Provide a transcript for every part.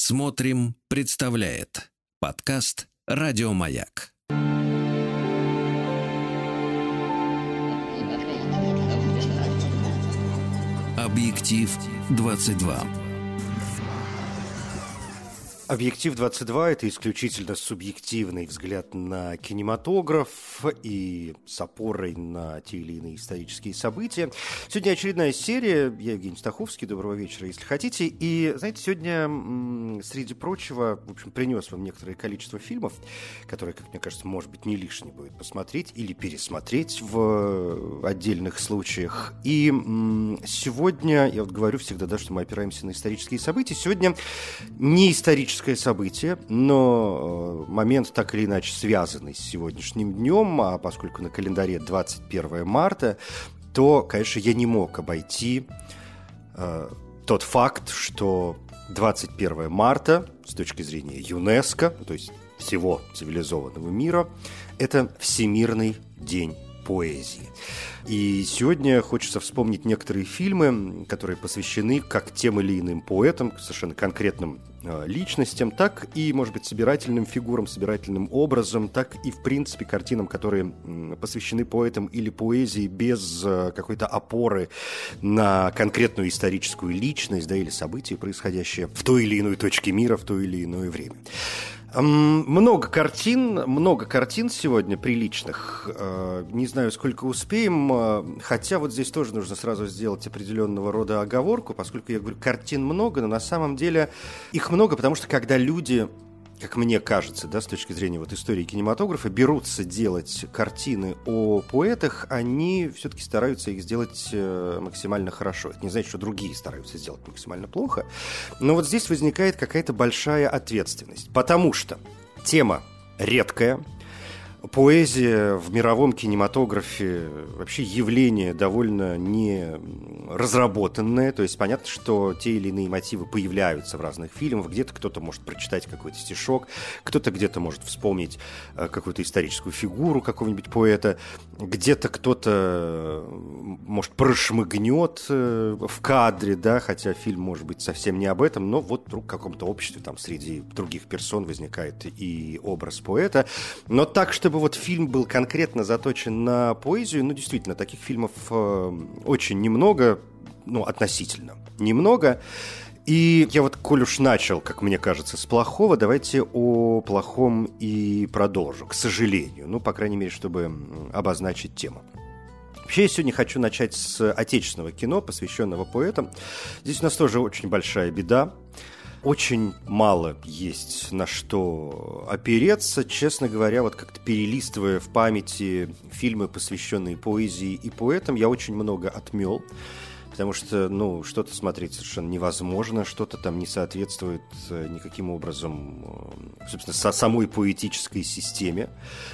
Смотрим, представляет подкаст «Радиомаяк». Объектив 22. «Объектив-22» — это исключительно субъективный взгляд на кинематограф и с опорой на те или иные исторические события. Сегодня очередная серия. Я Евгений Стаховский. Доброго вечера, если хотите. И, знаете, сегодня, среди прочего, в общем, принес вам некоторое количество фильмов, которые, как мне кажется, может быть, не лишне будет посмотреть или пересмотреть в отдельных случаях. И сегодня, я вот говорю всегда, да, что мы опираемся на исторические события. Сегодня не историческое событие, но момент так или иначе связанный с сегодняшним днем, а поскольку на календаре 21 марта, то, конечно, я не мог обойти тот факт, что 21 марта с точки зрения ЮНЕСКО, то есть всего цивилизованного мира, это Всемирный день поэзии. И сегодня хочется вспомнить некоторые фильмы, которые посвящены как тем или иным поэтам, совершенно конкретным личностям, так и, может быть, собирательным фигурам, собирательным образом, так и, в принципе, картинам, которые посвящены поэтам или поэзии без какой-то опоры на конкретную историческую личность, да, или события, происходящие в той или иной точке мира в то или иное время. Много картин сегодня приличных. Не знаю, сколько успеем, хотя вот здесь тоже нужно сразу сделать определенного рода оговорку, поскольку я говорю, картин много, но на самом деле их много, потому что когда люди, как мне кажется, да, с точки зрения вот истории кинематографа, берутся делать картины о поэтах, они все-таки стараются их сделать максимально хорошо. Это не значит, что другие стараются сделать максимально плохо. Но вот здесь возникает какая-то большая ответственность, потому что тема редкая. Поэзия в мировом кинематографе вообще явление довольно не разработанное. То есть понятно, что те или иные мотивы появляются в разных фильмах. Где-то кто-то может прочитать какой-то стишок, кто-то где-то может вспомнить какую-то историческую фигуру какого-нибудь поэта, где-то кто-то, может, прошмыгнет в кадре, да, хотя фильм может быть совсем не об этом, но вот вдруг в каком-то обществе там среди других персон возникает и образ поэта. Но так, чтобы вот фильм был конкретно заточен на поэзию, ну, действительно, таких фильмов очень немного, ну, относительно немного. И я вот, коль уж начал, как мне кажется, с плохого, давайте о плохом и продолжу, к сожалению. Ну, по крайней мере, чтобы обозначить тему. Вообще, я сегодня хочу начать с отечественного кино, посвященного поэтам. Здесь у нас тоже очень большая беда. Очень мало есть на что опереться. Честно говоря, вот как-то перелистывая в памяти фильмы, посвященные поэзии и поэтам, я очень много отмел. Потому что, ну, что-то смотреть совершенно невозможно, что-то там не соответствует никаким образом, собственно, самой поэтической системе.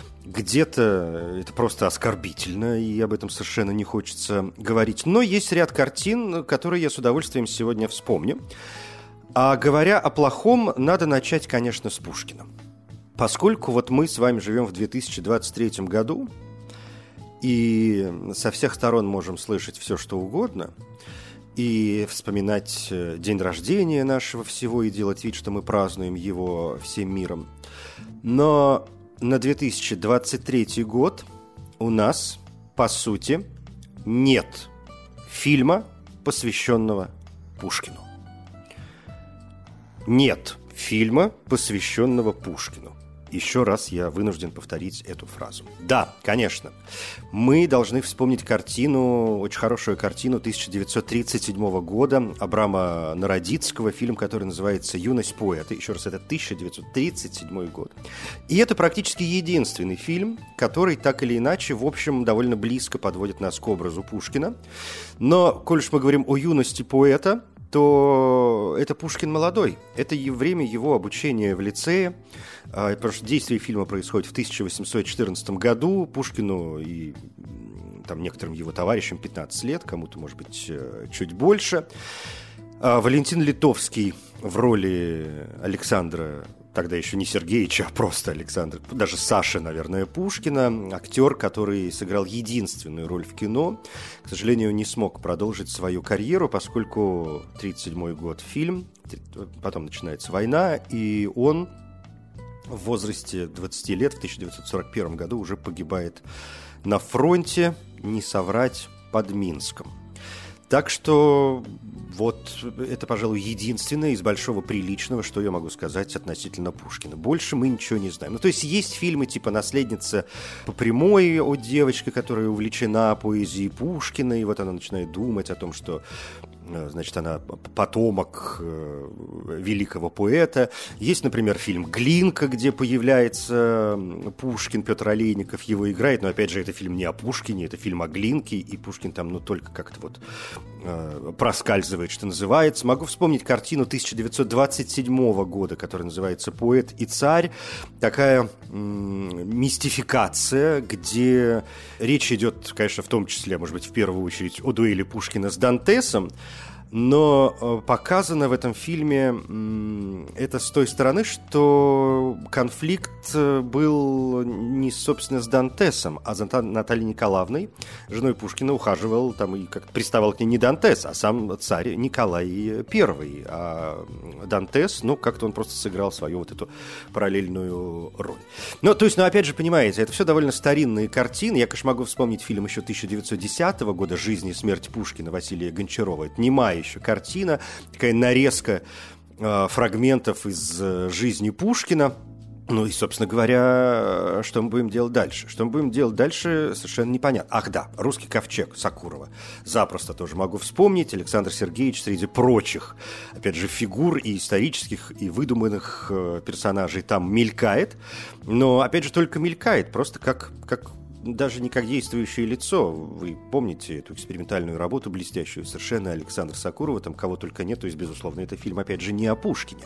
Где-то это просто оскорбительно, и об этом совершенно не хочется говорить. Но есть ряд картин, которые я с удовольствием сегодня вспомню. А говоря о плохом, надо начать, конечно, с Пушкина. Поскольку вот мы с вами живем в 2023 году, и со всех сторон можем слышать все, что угодно, и вспоминать день рождения нашего всего, и делать вид, что мы празднуем его всем миром. Но на 2023 год у нас, по сути, нет фильма, посвященного Пушкину. Нет фильма, посвященного Пушкину. Еще раз я вынужден повторить эту фразу. Да, конечно, мы должны вспомнить картину, очень хорошую картину 1937 года Абрама Народицкого, фильм, который называется «Юность поэта». Еще раз, это 1937 год. И это практически единственный фильм, который так или иначе, в общем, довольно близко подводит нас к образу Пушкина. Но, коль уж мы говорим о юности поэта, то это Пушкин молодой. Это время его обучения в лицее. Потому что действие фильма происходит в 1814 году. Пушкину и там, некоторым его товарищам 15 лет, кому-то, может быть, чуть больше. Валентин Литовский в роли Александра тогда еще не Сергеевича, а просто Александра, даже Саши, наверное, Пушкина, актер, который сыграл единственную роль в кино. К сожалению, не смог продолжить свою карьеру, поскольку 1937 год фильм, потом начинается война, и он в возрасте 20 лет, в 1941 году, уже погибает на фронте, не соврать, под Минском. Так что вот это, пожалуй, единственное из большого приличного, что я могу сказать относительно Пушкина. Больше мы ничего не знаем. Ну, то есть есть фильмы типа «Наследница по прямой» о девочке, которая увлечена поэзией Пушкина, и вот она начинает думать о том, что, значит, она потомок великого поэта. Есть, например, фильм «Глинка», где появляется Пушкин, Петр Олейников его играет, но, опять же, это фильм не о Пушкине, это фильм о Глинке, и Пушкин там, ну, только как-то вот проскальзывает, что называется. Могу вспомнить картину 1927 года, которая называется «Поэт и царь». Такая мистификация, где речь идет, конечно, в том числе, может быть, в первую очередь о дуэли Пушкина с Дантесом, но показано в этом фильме это с той стороны, что конфликт был не, собственно, с Дантесом, а с Натальей Николаевной, женой Пушкина, ухаживал там и как-то приставал к ней не Дантес, а сам царь Николай I. А Дантес, ну, как-то он просто сыграл свою вот эту параллельную роль. Ну, то есть, ну, опять же, понимаете, это все довольно старинные картины. Я, конечно, могу вспомнить фильм еще 1910 года «Жизнь и смерть Пушкина» Василия Гончарова. Это немая еще картина, такая нарезка фрагментов из жизни Пушкина. Ну и, собственно говоря, что мы будем делать дальше? Что мы будем делать дальше, совершенно непонятно. Ах да, «Русский ковчег» Сакурова. Запросто тоже могу вспомнить. Александр Сергеевич среди прочих, опять же, фигур и исторических, и выдуманных персонажей там мелькает. Но, опять же, только мелькает, просто как даже не как действующее лицо. Вы помните эту экспериментальную работу, блестящую совершенно, Александра Сакурова, там кого только нет, то есть, безусловно, это фильм, опять же, не о Пушкине.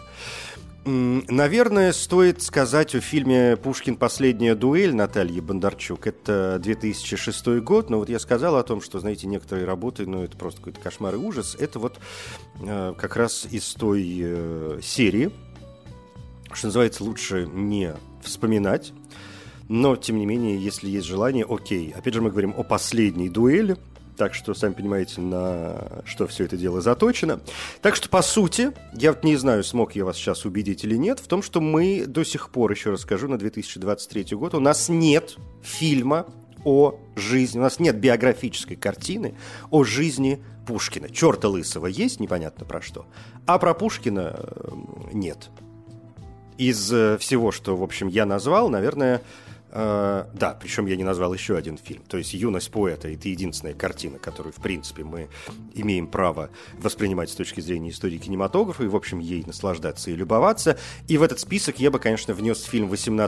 Наверное, стоит сказать о фильме «Пушкин. Последняя дуэль» Натальи Бондарчук. Это 2006 год, но вот я сказал о том, что, знаете, некоторые работы, ну, это просто какой-то кошмар и ужас. Это вот как раз из той серии, что называется, лучше не вспоминать. Но, тем не менее, если есть желание, окей. Опять же, мы говорим о последней дуэли, так что, сами понимаете, на что все это дело заточено. Так что, по сути, я вот не знаю, смог я вас сейчас убедить или нет, в том, что мы до сих пор, еще раз скажу, на 2023 год, у нас нет фильма о жизни, у нас нет биографической картины о жизни Пушкина. Черта лысого есть, непонятно про что, а про Пушкина нет. Из всего, что, в общем, я назвал, наверное... да, причем я не назвал еще один фильм. То есть «Юность поэта» — это единственная картина, которую, в принципе, мы имеем право воспринимать с точки зрения истории кинематографа и, в общем, ей наслаждаться и любоваться. И в этот список я бы, конечно, внес фильм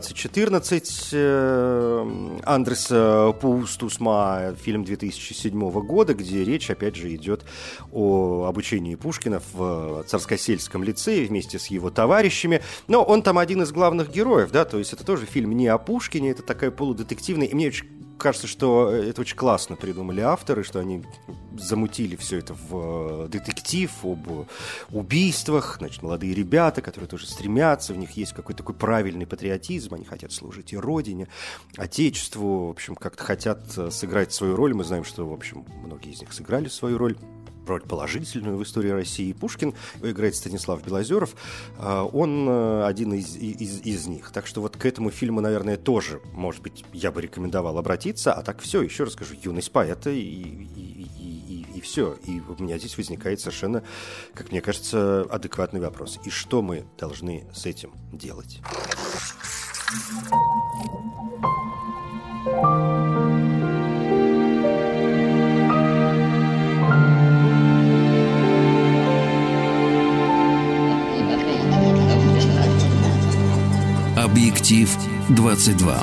«1814» Андреса Паустусма, фильм 2007 года, где речь, опять же, идет о обучении Пушкина в Царскосельском лицее вместе с его товарищами. Но он там один из главных героев, да, то есть это тоже фильм не о Пушкине, это такая полудетективная, и мне очень кажется, что это очень классно придумали авторы, что они замутили все это в детектив об убийствах, значит, молодые ребята, которые тоже стремятся, в них есть какой-то такой правильный патриотизм, они хотят служить и родине, отечеству, в общем, как-то хотят сыграть свою роль. Мы знаем, что, в общем, многие из них сыграли свою роль положительную в истории России. Пушкин, его играет Станислав Белозеров, он один из них. Так что вот к этому фильму, наверное, тоже, может быть, я бы рекомендовал обратиться. А так все, еще раз скажу, «Юность поэта» и все. И у меня здесь возникает совершенно, как мне кажется, адекватный вопрос. И что мы должны с этим делать? Объектив 22.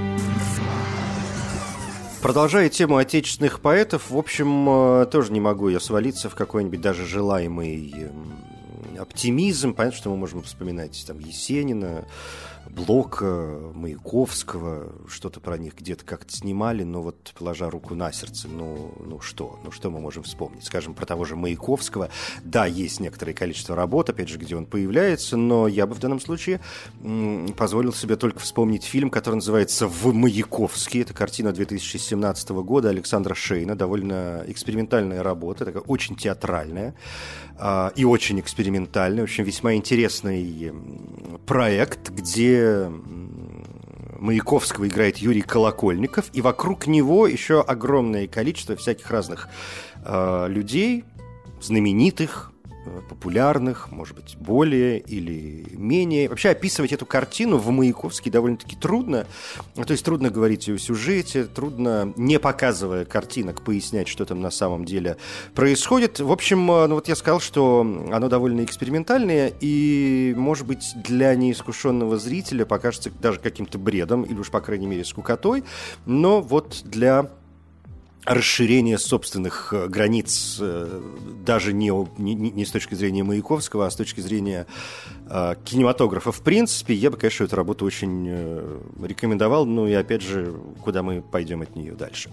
Продолжая тему отечественных поэтов, в общем, тоже не могу я свалиться в какой-нибудь даже желаемый оптимизм. Понятно, что мы можем вспоминать там Есенина, Блока, Маяковского, что-то про них где-то как-то снимали, но вот, положа руку на сердце, что мы можем вспомнить? Скажем, про того же Маяковского. Да, есть некоторое количество работ, опять же, где он появляется, но я бы в данном случае позволил себе только вспомнить фильм, который называется «В Маяковске». Это картина 2017 года Александра Шейна, довольно экспериментальная работа, такая очень театральная и очень экспериментальная, в общем, весьма интересный проект, где Маяковского играет Юрий Колокольников, и вокруг него еще огромное количество всяких разных людей, знаменитых, популярных, может быть, более или менее. Вообще описывать эту картину в Маяковске довольно-таки трудно. То есть трудно говорить о сюжете, трудно, не показывая картинок, пояснять, что там на самом деле происходит. В общем, вот я сказал, что оно довольно экспериментальное и, может быть, для неискушенного зрителя покажется даже каким-то бредом или уж, по крайней мере, скукотой. Но вот для расширение собственных границ даже не с точки зрения Маяковского, а с точки зрения кинематографа. В принципе, я бы, конечно, эту работу очень рекомендовал, ну и, опять же, куда мы пойдем от нее дальше.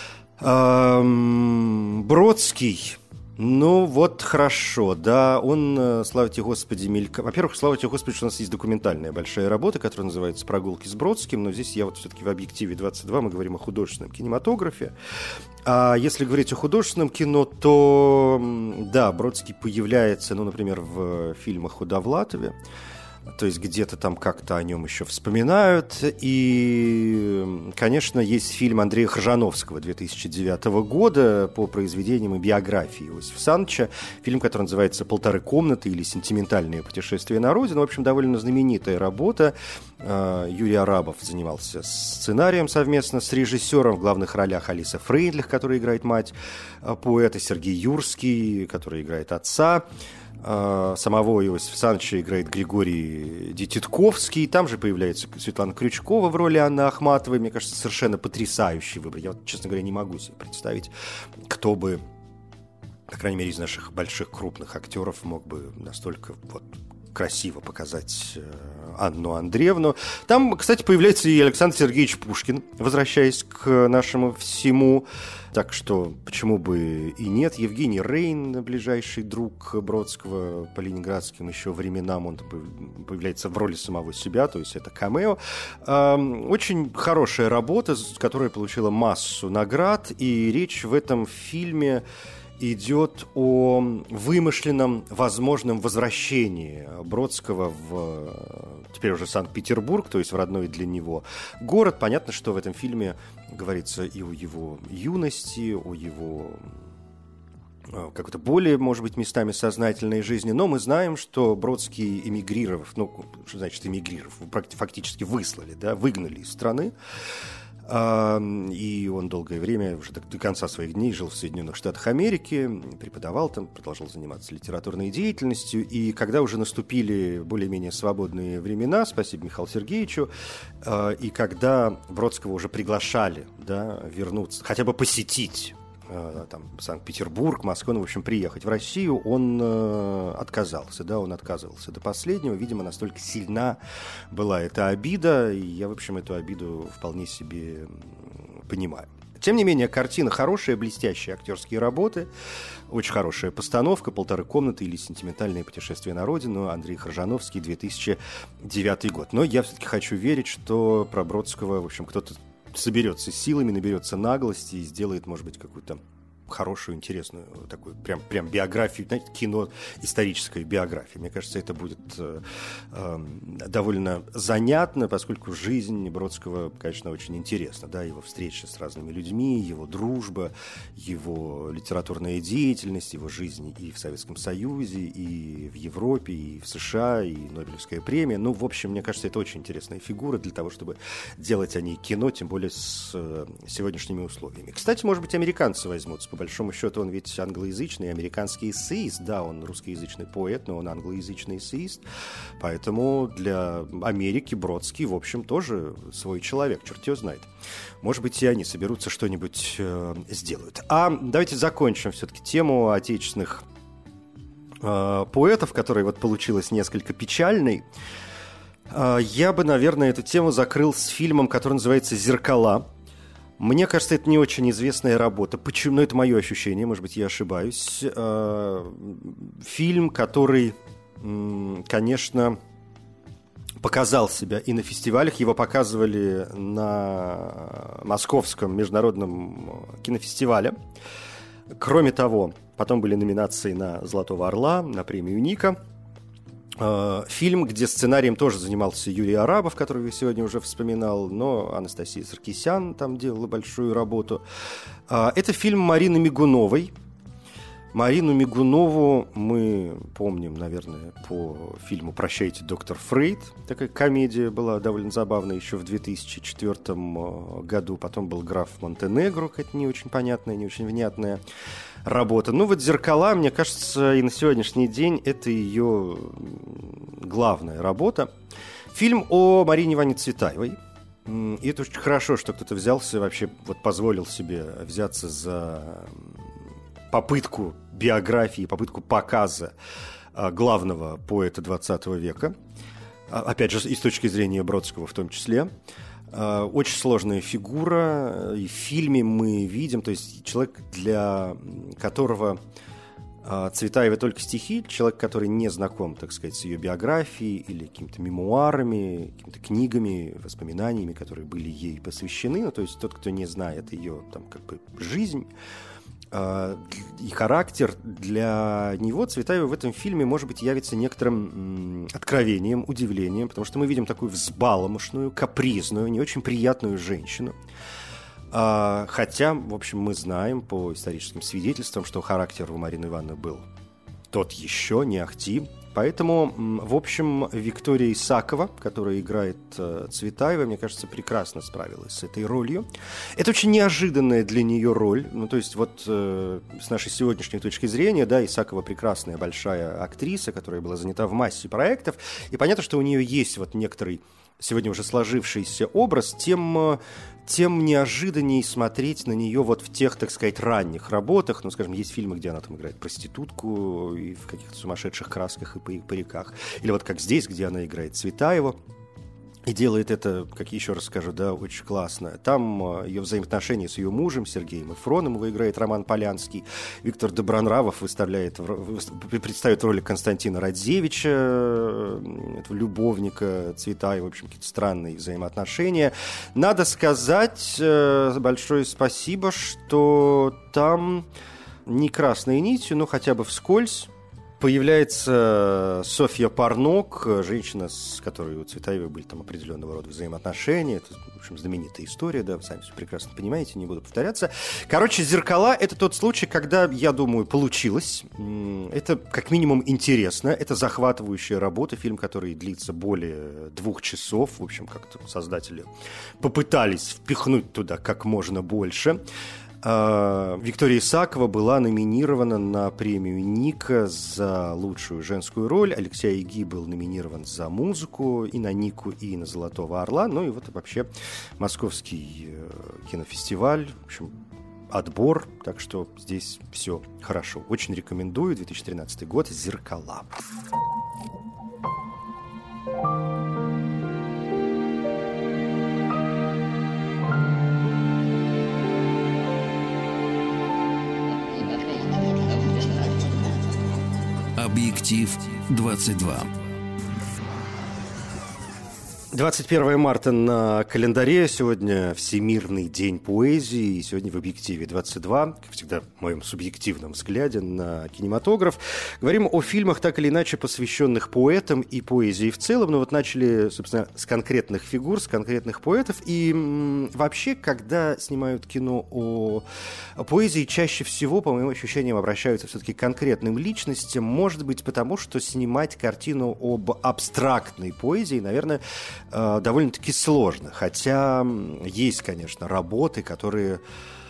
Бродский. Ну, вот хорошо, да, он, слава тебе Господи, Во-первых, слава тебе Господи, что у нас есть документальная большая работа, которая называется «Прогулки с Бродским», но здесь я вот все-таки в «Объективе 22» мы говорим о художественном кинематографе. А если говорить о художественном кино, то, да, Бродский появляется, ну, например, в фильмах о Довлатове, то есть где-то там как-то о нем еще вспоминают. И, конечно, есть фильм Андрея Хржановского 2009 года по произведениям и биографии Иосифа Саныча. Фильм, который называется «Полторы комнаты» или «Сентиментальные путешествия на родину». В общем, довольно знаменитая работа. Юрий Арабов занимался сценарием совместно с режиссером. В главных ролях Алиса Фрейндлих, которая играет мать поэта, Сергей Юрский, который играет отца. Самого Иосифа Саныча играет Григорий Дитятковский. Там же появляется Светлана Крючкова в роли Анны Ахматовой. Мне кажется, совершенно потрясающий выбор. Я, вот, честно говоря, не могу себе представить, кто бы, по крайней мере, из наших больших крупных актеров мог бы настолько вот красиво показать Анну Андреевну. Там, кстати, появляется и Александр Сергеевич Пушкин, возвращаясь к нашему всему. Так что, почему бы и нет. Евгений Рейн, ближайший друг Бродского по ленинградским еще временам, он появляется в роли самого себя, то есть это камео. Очень хорошая работа, которая получила массу наград, и речь в этом фильме идет о вымышленном возможном возвращении Бродского в теперь уже Санкт-Петербург, то есть в родной для него город. Понятно, что в этом фильме говорится и о его юности, о его как-то более, может быть, местами сознательной жизни, но мы знаем, что Бродский эмигрировав, ну, что значит эмигрировав, фактически выслали, да, выгнали из страны. И он долгое время, уже до конца своих дней, жил в Соединенных Штатах Америки, преподавал там, продолжал заниматься литературной деятельностью. И когда уже наступили более-менее свободные времена, спасибо Михаилу Сергеевичу, и когда Бродского уже приглашали, да, вернуться, хотя бы посетить там, Санкт-Петербург, Москву, ну, в общем, приехать в Россию, он отказался, да, он отказывался до последнего. Видимо, настолько сильна была эта обида, и я, в общем, эту обиду вполне себе понимаю. Тем не менее, картина хорошая, блестящие актерские работы, очень хорошая постановка, «Полторы комнаты» или «Сентиментальные путешествия на родину», Андрей Хржановский, 2009 год. Но я все-таки хочу верить, что про Бродского, в общем, кто-то соберется силами, наберется наглости и сделает, может быть, какую-то хорошую, интересную, такую прям биографию, знаете, кино, историческая биография. Мне кажется, это будет довольно занятно, поскольку жизнь Бродского, конечно, очень интересна, да, его встречи с разными людьми, его дружба, его литературная деятельность, его жизнь и в Советском Союзе, и в Европе, и в США, и Нобелевская премия. Ну, в общем, мне кажется, это очень интересная фигура для того, чтобы делать о ней кино, тем более с сегодняшними условиями. Кстати, может быть, американцы возьмутся. По большому счету, он ведь англоязычный, американский эссеист. Да, он русскоязычный поэт, но он англоязычный эссеист. Поэтому для Америки Бродский, в общем, тоже свой человек. Черт его знает. Может быть, и они соберутся, что-нибудь сделают. А давайте закончим все-таки тему отечественных поэтов, которая вот получилась несколько печальной, я бы, наверное, эту тему закрыл с фильмом, который называется «Зеркала». Мне кажется, это не очень известная работа. Почему? Ну, это мое ощущение, может быть, я ошибаюсь. Фильм, который, конечно, показал себя и на фестивалях. Его показывали на Московском международном кинофестивале. Кроме того, потом были номинации на «Золотого орла», на премию Ника. Фильм, где сценарием тоже занимался Юрий Арабов, которого я сегодня уже вспоминал, но Анастасия Саркисян там делала большую работу. Это фильм Марины Мигуновой. Марину Мигунову мы помним, наверное, по фильму «Прощайте, доктор Фрейд». Такая комедия была довольно забавная еще в 2004 году. Потом был «Граф Монтенегро», какая-то не очень понятная, не очень внятная работа. Ну вот «Зеркала», мне кажется, и на сегодняшний день это ее главная работа. Фильм о Марине Ивановне Цветаевой. И это очень хорошо, что кто-то взялся, вообще вот позволил себе взяться за попытку биографии, попытку показа главного поэта XX века. Опять же, и с точки зрения Бродского в том числе. Очень сложная фигура. И в фильме мы видим, то есть человек, для которого Цветаева только стихи, человек, который не знаком, так сказать, с ее биографией или какими-то мемуарами, какими-то книгами, воспоминаниями, которые были ей посвящены. Ну, то есть тот, кто не знает ее там, как бы, жизнь и характер, для него Цветаева в этом фильме, может быть, явится некоторым откровением, удивлением, потому что мы видим такую взбаломошную, капризную, не очень приятную женщину. Хотя, в общем, мы знаем по историческим свидетельствам, что характер у Марины Ивановны был тот еще, не ахти. Поэтому, в общем, Виктория Исакова, которая играет Цветаева, мне кажется, прекрасно справилась с этой ролью. Это очень неожиданная для нее роль. Ну, то есть вот с нашей сегодняшней точки зрения, да, Исакова прекрасная большая актриса, которая была занята в массе проектов. И понятно, что у нее есть вот некоторый сегодня уже сложившийся образ, тем неожиданнее смотреть на нее вот в тех, так сказать, ранних работах. Ну, скажем, есть фильмы, где она там играет проститутку и в каких-то сумасшедших красках и париках. Или вот как здесь, где она играет Цветаеву. И делает это, как я еще раз скажу, да, очень классно. Там ее взаимоотношения с ее мужем Сергеем Ефроновым играет Роман Полянский. Виктор Добронравов представит роли Константина Радзевича, этого любовника Цветаева. В общем, какие-то странные взаимоотношения. Надо сказать большое спасибо, что там не красной нитью, но хотя бы вскользь появляется Софья Парнок, женщина, с которой у Цветаевой были там определенного рода взаимоотношения. Это, в общем, знаменитая история, да, вы сами все прекрасно понимаете, не буду повторяться. Короче, «Зеркала» — это тот случай, когда, я думаю, получилось. Это, как минимум, интересно. Это захватывающая работа, фильм, который длится более 2 часов. В общем, как-то создатели попытались впихнуть туда как можно больше. Виктория Исакова была номинирована на премию Ника за лучшую женскую роль. Алексей Айги был номинирован за музыку и на Нику, и на «Золотого орла». Ну и вот вообще Московский кинофестиваль. В общем, отбор. Так что здесь все хорошо. Очень рекомендую. 2013 год. «Зеркала». Объектив 22. 21 марта на календаре. Сегодня Всемирный день поэзии. И сегодня в «Объективе 22», как всегда, в моем субъективном взгляде на кинематограф, говорим о фильмах, так или иначе посвященных поэтам и поэзии в целом. Но вот начали, собственно, с конкретных фигур, с конкретных поэтов. И вообще, когда снимают кино о поэзии, чаще всего, по моим ощущениям, обращаются все-таки к конкретным личностям. Может быть, потому что снимать картину об абстрактной поэзии, наверное, довольно-таки сложно. Хотя есть, конечно, работы, которые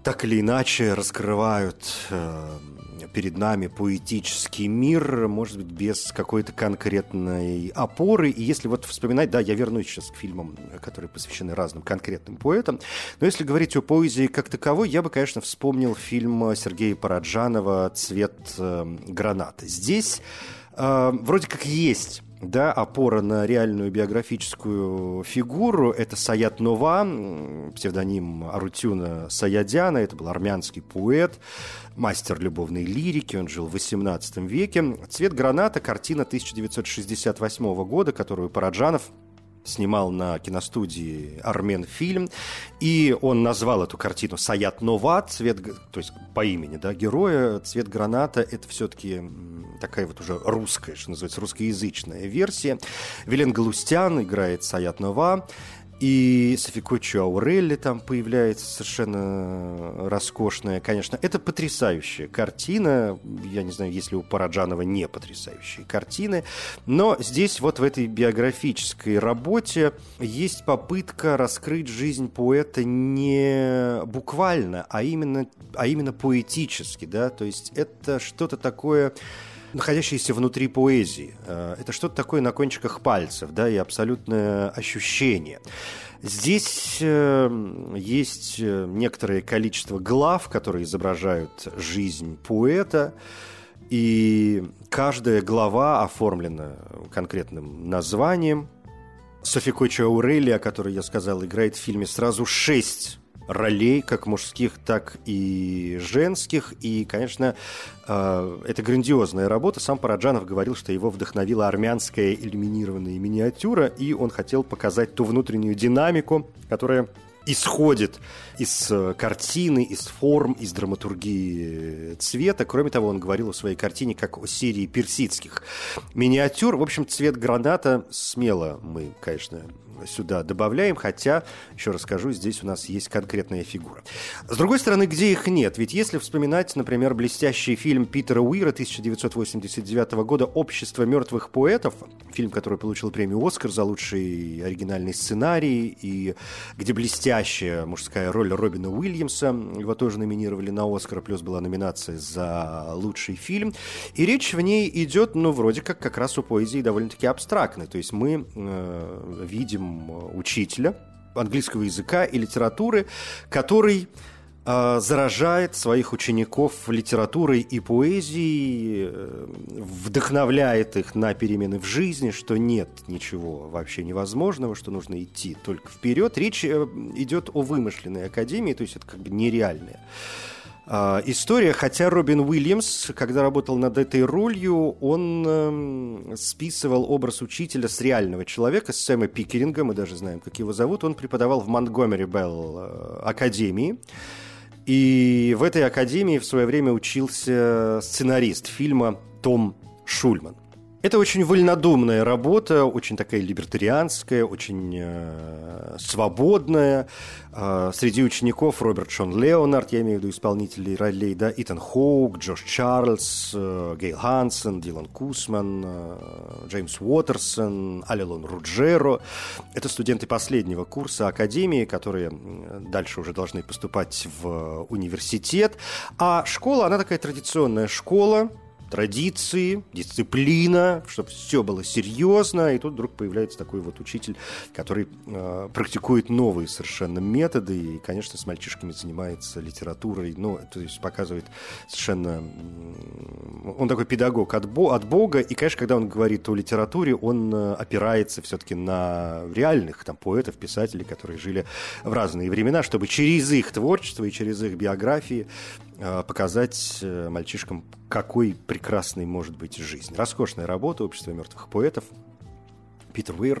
так или иначе раскрывают перед нами поэтический мир, может быть, без какой-то конкретной опоры. И если вот вспоминать, да, я вернусь сейчас к фильмам, которые посвящены разным конкретным поэтам, но если говорить о поэзии как таковой, я бы, конечно, вспомнил фильм Сергея Параджанова «Цвет гранаты». Здесь вроде как есть, да, опора на реальную биографическую фигуру. Это Саят Нова, псевдоним Арутюна Саядяна. Это был армянский поэт, мастер любовной лирики. Он жил в XVIII веке. «Цвет граната» — картина 1968 года, которую Параджанов снимал на киностудии «Арменфильм», и он назвал эту картину «Саят Нова», цвет, то есть по имени, да, героя. «Цвет граната» — это все-таки такая вот уже русская, что называется, русскоязычная версия. Вилен Галустян играет Саят Нова, и Софикоччо Аурелли там появляется, совершенно роскошная, конечно. Это потрясающая картина. Я не знаю, есть ли у Параджанова не потрясающие картины. Но здесь вот в этой биографической работе есть попытка раскрыть жизнь поэта не буквально, а именно поэтически, да. То есть это что-то такое, находящееся внутри поэзии. Это что-то такое на кончиках пальцев, да, и абсолютное ощущение. Здесь есть некоторое количество глав, которые изображают жизнь поэта, и каждая глава оформлена конкретным названием. Софикоччо Аурелли, о которой я сказал, играет в фильме сразу 6 ролей, как мужских, так и женских. И, конечно, это грандиозная работа. Сам Параджанов говорил, что его вдохновила армянская иллюминированная миниатюра, и он хотел показать ту внутреннюю динамику, которая исходит из картины, из форм, из драматургии цвета. Кроме того, он говорил о своей картине как о серии персидских миниатюр. В общем, «Цвет граната» смело мы, конечно, сюда добавляем, хотя, еще раз скажу, здесь у нас есть конкретная фигура. С другой стороны, где их нет? Ведь если вспоминать, например, блестящий фильм Питера Уира 1989 года «Общество мертвых поэтов», фильм, который получил премию «Оскар» за лучший оригинальный сценарий, и где блестящая мужская роль Робина Уильямса, его тоже номинировали на «Оскар», плюс была номинация за лучший фильм, и речь в ней идет, ну, вроде как раз о поэзии довольно-таки абстрактной, то есть мы видим учителя английского языка и литературы, который заражает своих учеников литературой и поэзией, вдохновляет их на перемены в жизни, что нет ничего вообще невозможного, что нужно идти только вперед. Речь идет о вымышленной академии, то есть это как бы нереальная история, хотя Робин Уильямс, когда работал над этой ролью, он списывал образ учителя с реального человека, с Сэма Пикеринга, мы даже знаем, как его зовут. Он преподавал в Монтгомери Белл академии, и в этой академии в свое время учился сценарист фильма Том Шульман. Это очень вольнодумная работа, очень такая либертарианская, очень свободная. Среди учеников Роберт Шон Леонард, я имею в виду исполнителей ролей, да, Итан Хоук, Джош Чарльз, Гейл Хансен, Дилан Кусман, Джеймс Уотерсон, Алилон Руджеро. Это студенты последнего курса академии, которые дальше уже должны поступать в университет. А школа, она такая традиционная школа, традиции, дисциплина, чтобы все было серьезно. И тут вдруг появляется такой вот учитель, который практикует новые совершенно методы и, конечно, с мальчишками занимается литературой. Ну, то есть показывает совершенно... Он такой педагог от Бога. И, конечно, когда он говорит о литературе, он опирается все-таки на реальных там поэтов, писателей, которые жили в разные времена, чтобы через их творчество и через их биографии показать мальчишкам, какой прекрасной может быть жизнь. Роскошная работа «Общество мертвых поэтов». Питер Уир,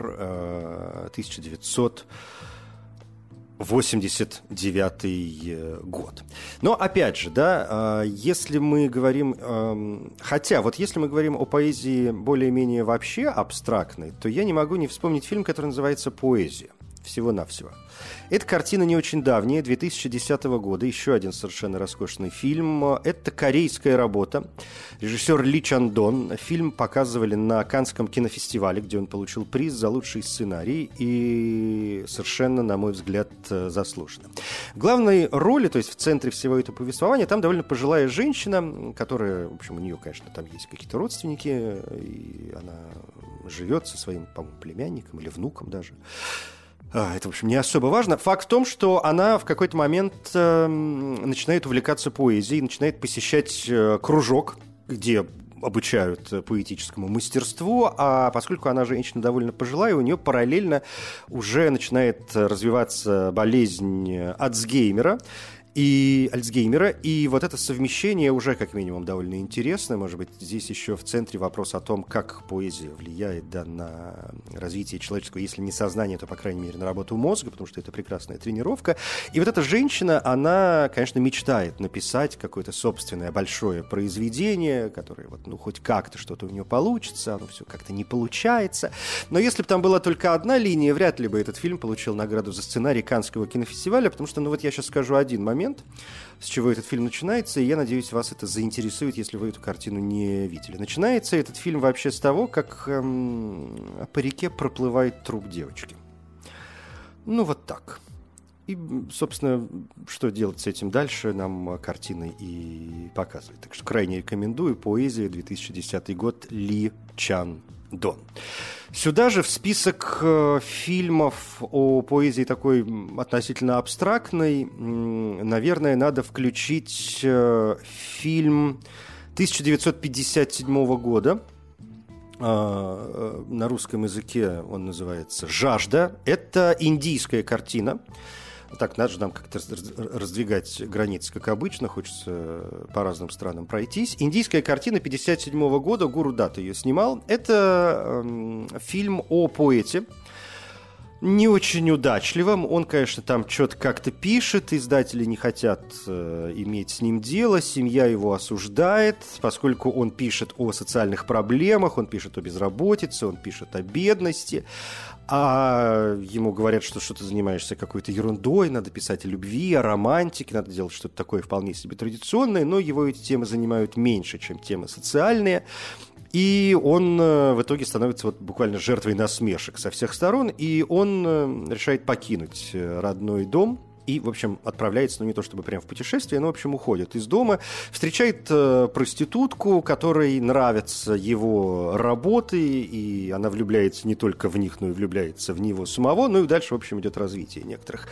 1989 год. Но, опять же, да, если мы говорим... Хотя, вот если мы говорим о поэзии более-менее вообще абстрактной, то я не могу не вспомнить фильм, который называется «Поэзия». всего-навсего. Эта картина не очень давняя, 2010 года, еще один совершенно роскошный фильм. Это корейская работа. Режиссер Ли Чан-дон. Фильм показывали на Каннском кинофестивале, где он получил приз за лучший сценарий, и совершенно, на мой взгляд, заслуженно. В главной роли, то есть в центре всего этого повествования, там довольно пожилая женщина, которая, в общем, у нее, конечно, там есть какие-то родственники, и она живет со своим, по-моему, племянником или внуком даже. Это, в общем, не особо важно. Факт в том, что она в какой-то момент начинает увлекаться поэзией, начинает посещать кружок, где обучают поэтическому мастерству, а поскольку она женщина довольно пожилая, у нее параллельно уже начинает развиваться болезнь Альцгеймера, и вот это совмещение уже как минимум довольно интересно. Может быть, здесь еще в центре вопрос о том, как поэзия влияет на развитие человеческого, если не сознания, то, по крайней мере, на работу мозга, потому что это прекрасная тренировка. И вот эта женщина, она, конечно, мечтает написать какое-то собственное большое произведение, которое хоть как-то что-то у нее получится, оно все как-то не получается. Но если бы там была только одна линия, вряд ли бы этот фильм получил награду за сценарий Каннского кинофестиваля, потому что, я сейчас скажу один момент, с чего этот фильм начинается, и я надеюсь, вас это заинтересует, если вы эту картину не видели. Начинается этот фильм вообще с того, как по реке проплывает труп девочки. Вот так. И, собственно, что делать с этим дальше, нам картина и показывает. Так что крайне рекомендую. Поэзия, 2010 год, Ли Чан-дон. Сюда же в список фильмов о поэзии такой относительно абстрактной, наверное, надо включить фильм 1957 года. На русском языке он называется «Жажда». Это индийская картина. Так, надо же нам как-то раздвигать границы, как обычно. Хочется по разным странам пройтись. Индийская картина 1957 года. Гуру Датта ее снимал. Это фильм о поэте. Не очень удачливым. Он, конечно, там что-то как-то пишет. Издатели не хотят иметь с ним дело. Семья его осуждает, поскольку он пишет о социальных проблемах, он пишет о безработице, он пишет о бедности. А ему говорят, что ты занимаешься какой-то ерундой, надо писать о любви, о романтике, надо делать что-то такое вполне себе традиционное, но его эти темы занимают меньше, чем темы социальные. И он в итоге становится буквально жертвой насмешек со всех сторон, и он решает покинуть родной дом. И, в общем, отправляется, не то чтобы прям в путешествие, но, в общем, уходит из дома, встречает проститутку, которой нравятся его работы, и она влюбляется не только в них, но и влюбляется в него самого. Ну и дальше, в общем, идет развитие некоторых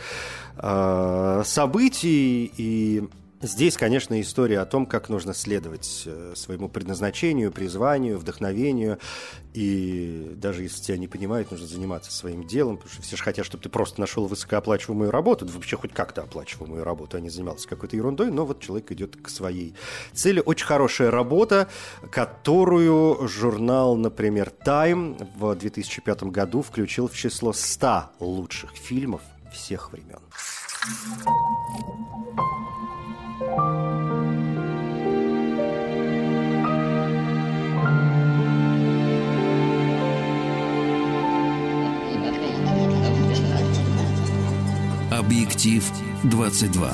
событий. И здесь, конечно, история о том, как нужно следовать своему предназначению, призванию, вдохновению. И даже если тебя не понимают, нужно заниматься своим делом, потому что все же хотят, чтобы ты просто нашел высокооплачиваемую работу, вообще хоть как-то оплачиваемую работу, а не занимался какой-то ерундой, но человек идет к своей цели. Очень хорошая работа, которую журнал, например, Time в 2005 году включил в число 100 лучших фильмов всех времен. Объектив 22.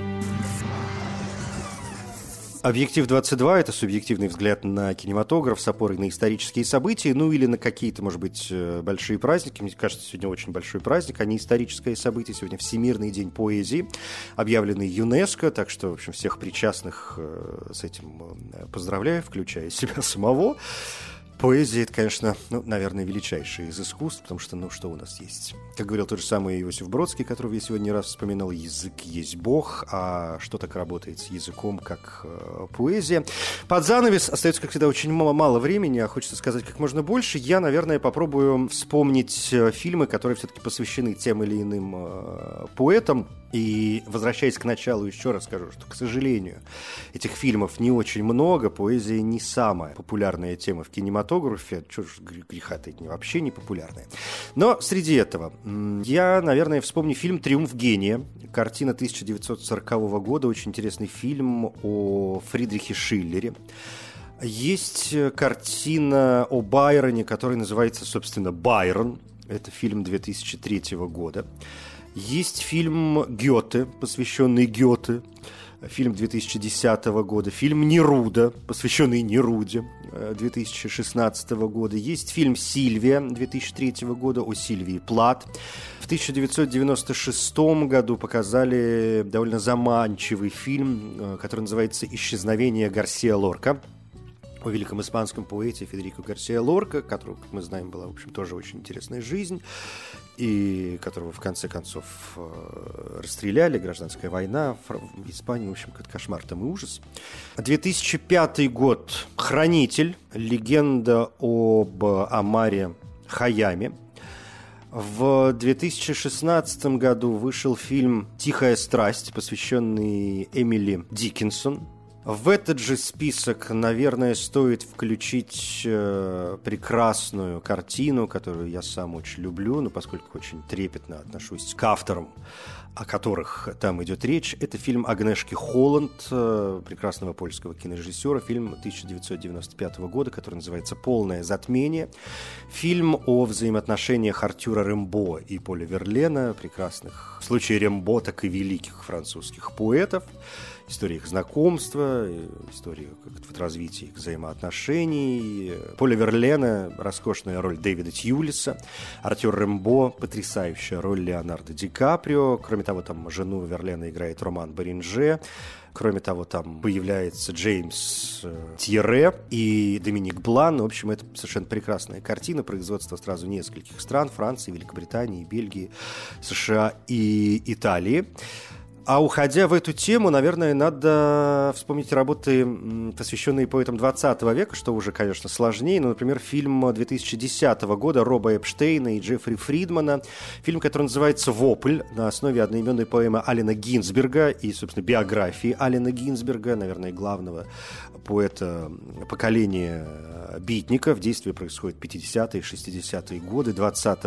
Объектив 22 – это субъективный взгляд на кинематограф с опорой на исторические события, или на какие-то, может быть, большие праздники. Мне кажется, сегодня очень большой праздник, а не историческое событие. Сегодня Всемирный день поэзии, объявленный ЮНЕСКО, так что, в общем, всех причастных с этим поздравляю, включая себя самого. Поэзия – это, конечно, наверное, величайшее из искусств, потому что, что у нас есть? Как говорил тот же самый Иосиф Бродский, которого я сегодня не раз вспоминал, язык есть Бог, а что так работает с языком, как поэзия? Под занавес остается, как всегда, очень мало времени, а хочется сказать как можно больше. Я, наверное, попробую вспомнить фильмы, которые все-таки посвящены тем или иным поэтам. И, возвращаясь к началу, еще раз скажу, что, к сожалению, этих фильмов не очень много. Поэзия не самая популярная тема в кинематографе. Чего ж греха-то, это вообще не популярная. Но среди этого я, наверное, вспомню фильм «Триумф гения». Картина 1940 года. Очень интересный фильм о Фридрихе Шиллере. Есть картина о Байроне, которая называется, собственно, «Байрон». Это фильм 2003 года. Есть фильм «Гёте», посвященный Гёте. Фильм 2010 года. Фильм «Неруда», посвященный Неруде, 2016 года. Есть фильм «Сильвия» 2003 года о Сильвии Плат. В 1996 году показали довольно заманчивый фильм, который называется «Исчезновение Гарсиа Лорка», о великом испанском поэте Федерико Гарсиа Лорка, которого, как мы знаем, была, в общем, тоже очень интересная жизнь, и которого, в конце концов, расстреляли, гражданская война в Испании, в общем, какой-то кошмар там и ужас. 2005 год. «Хранитель», легенда об Омаре Хайяме. В 2016 году вышел фильм «Тихая страсть», посвященный Эмили Диккенсон. В этот же список, наверное, стоит включить прекрасную картину, которую я сам очень люблю, но поскольку очень трепетно отношусь к авторам, о которых там идет речь. Это фильм Агнешки Холланд, прекрасного польского кинорежиссера, фильм 1995 года, который называется «Полное затмение». Фильм о взаимоотношениях Артюра Рембо и Поля Верлена, прекрасных в случае Рембо, так и великих французских поэтов. История их знакомства, история как-то развития их взаимоотношений. Поля Верлена – роскошная роль Дэвида Тьюлиса. Артюр Рембо – потрясающая роль Леонардо Ди Каприо. Кроме того, там жену Верлена играет Роман Баринже. Кроме того, там появляется Джеймс Тьерре и Доминик Блан. В общем, это совершенно прекрасная картина. Производство сразу нескольких стран – Франции, Великобритании, Бельгии, США и Италии. А уходя в эту тему, наверное, надо вспомнить работы, посвященные поэтам 20 века, что уже, конечно, сложнее. Ну, например, фильм 2010 года Роба Эпштейна и Джеффри Фридмана. Фильм, который называется «Вопль», на основе одноименной поэмы Аллена Гинзберга и, собственно, биографии Аллена Гинзберга, наверное, главного поэта поколения битников. Действие происходит в 50-е, 60-е годы 20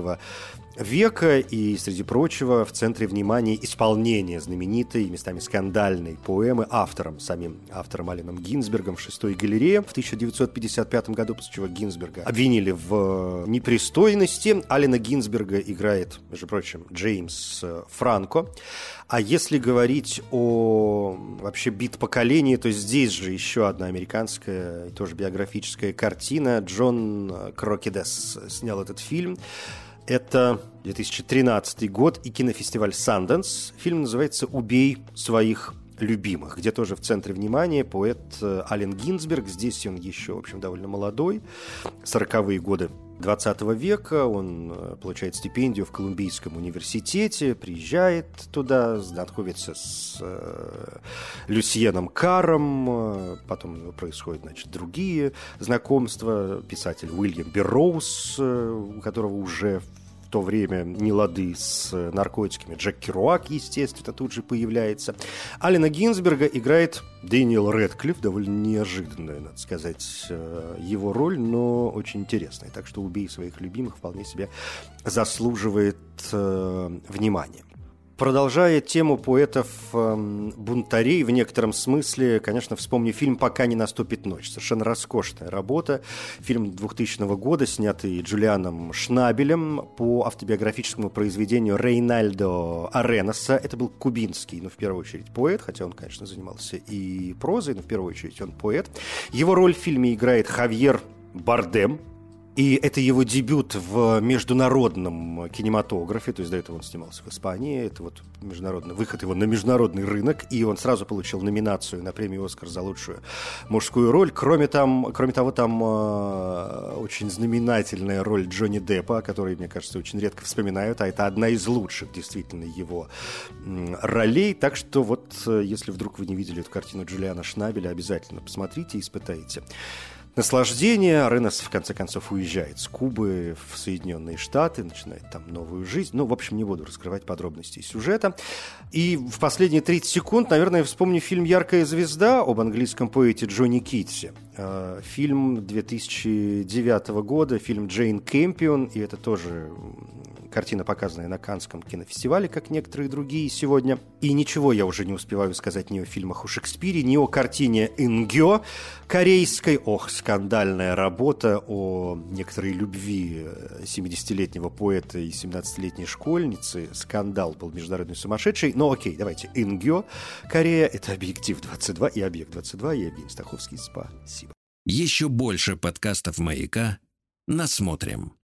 века, и, среди прочего, в центре внимания исполнение знаменитой, местами скандальной поэмы самим автором Алленом Гинзбергом в 6-й галерее в 1955 году, после чего Гинзберга обвинили в непристойности. Аллена Гинзберга играет, между прочим, Джеймс Франко. А если говорить о вообще бит-поколении, то здесь же еще одна американская, тоже биографическая картина. Джон Крокидес снял этот фильм. Это 2013 год и кинофестиваль «Санденс». Фильм называется «Убей своих любимых», где тоже в центре внимания поэт Аллен Гинзберг. Здесь он еще, в общем, довольно молодой, 40-е годы 20 века. Он получает стипендию в Колумбийском университете, приезжает туда, знакомится с Люсьеном Карром, потом происходят, значит, другие знакомства. Писатель Уильям Берроуз, у которого уже в то время не лады с наркотиками. Джек Керуак, естественно, тут же появляется. Аллена Гинзберга играет Дэниел Рэдклифф. Довольно неожиданная, надо сказать, его роль, но очень интересная. Так что «Убей своих любимых» вполне себе заслуживает внимания. Продолжая тему поэтов-бунтарей, в некотором смысле, конечно, вспомню фильм «Пока не наступит ночь». Совершенно роскошная работа. Фильм 2000 года, снятый Джулианом Шнабелем по автобиографическому произведению Рейнальдо Аренаса. Это был кубинский, в первую очередь, поэт, хотя он, конечно, занимался и прозой, но в первую очередь он поэт. Его роль в фильме играет Хавьер Бардем. И это его дебют в международном кинематографе, то есть до этого он снимался в Испании, это вот международный выход его на международный рынок, и он сразу получил номинацию на премию «Оскар» за лучшую мужскую роль. Кроме того, там очень знаменательная роль Джонни Деппа, о которой, мне кажется, очень редко вспоминают, а это одна из лучших, действительно, его ролей. Так что вот, если вдруг вы не видели эту картину Джулиана Шнабеля, обязательно посмотрите и испытайте наслаждение. Аренас, в конце концов, уезжает с Кубы в Соединенные Штаты, начинает там новую жизнь. В общем, не буду раскрывать подробности сюжета. И в последние 30 секунд, наверное, я вспомню фильм «Яркая звезда» об английском поэте Джонни Китсе. Фильм 2009 года, фильм Джейн Кэмпион, и это тоже Картина, показанная на Каннском кинофестивале, как некоторые другие сегодня. И ничего я уже не успеваю сказать ни о фильмах о Шекспире, ни о картине «Ингё» корейской. Ох, скандальная работа о некоторой любви 70-летнего поэта и 17-летней школьницы. Скандал был международный сумасшедший. Но окей, давайте. «Ингё», Корея, это «Объектив-22» и «Объект-22». Я Евгений Стаховский. Спасибо. Еще больше подкастов «Маяка» насмотрим.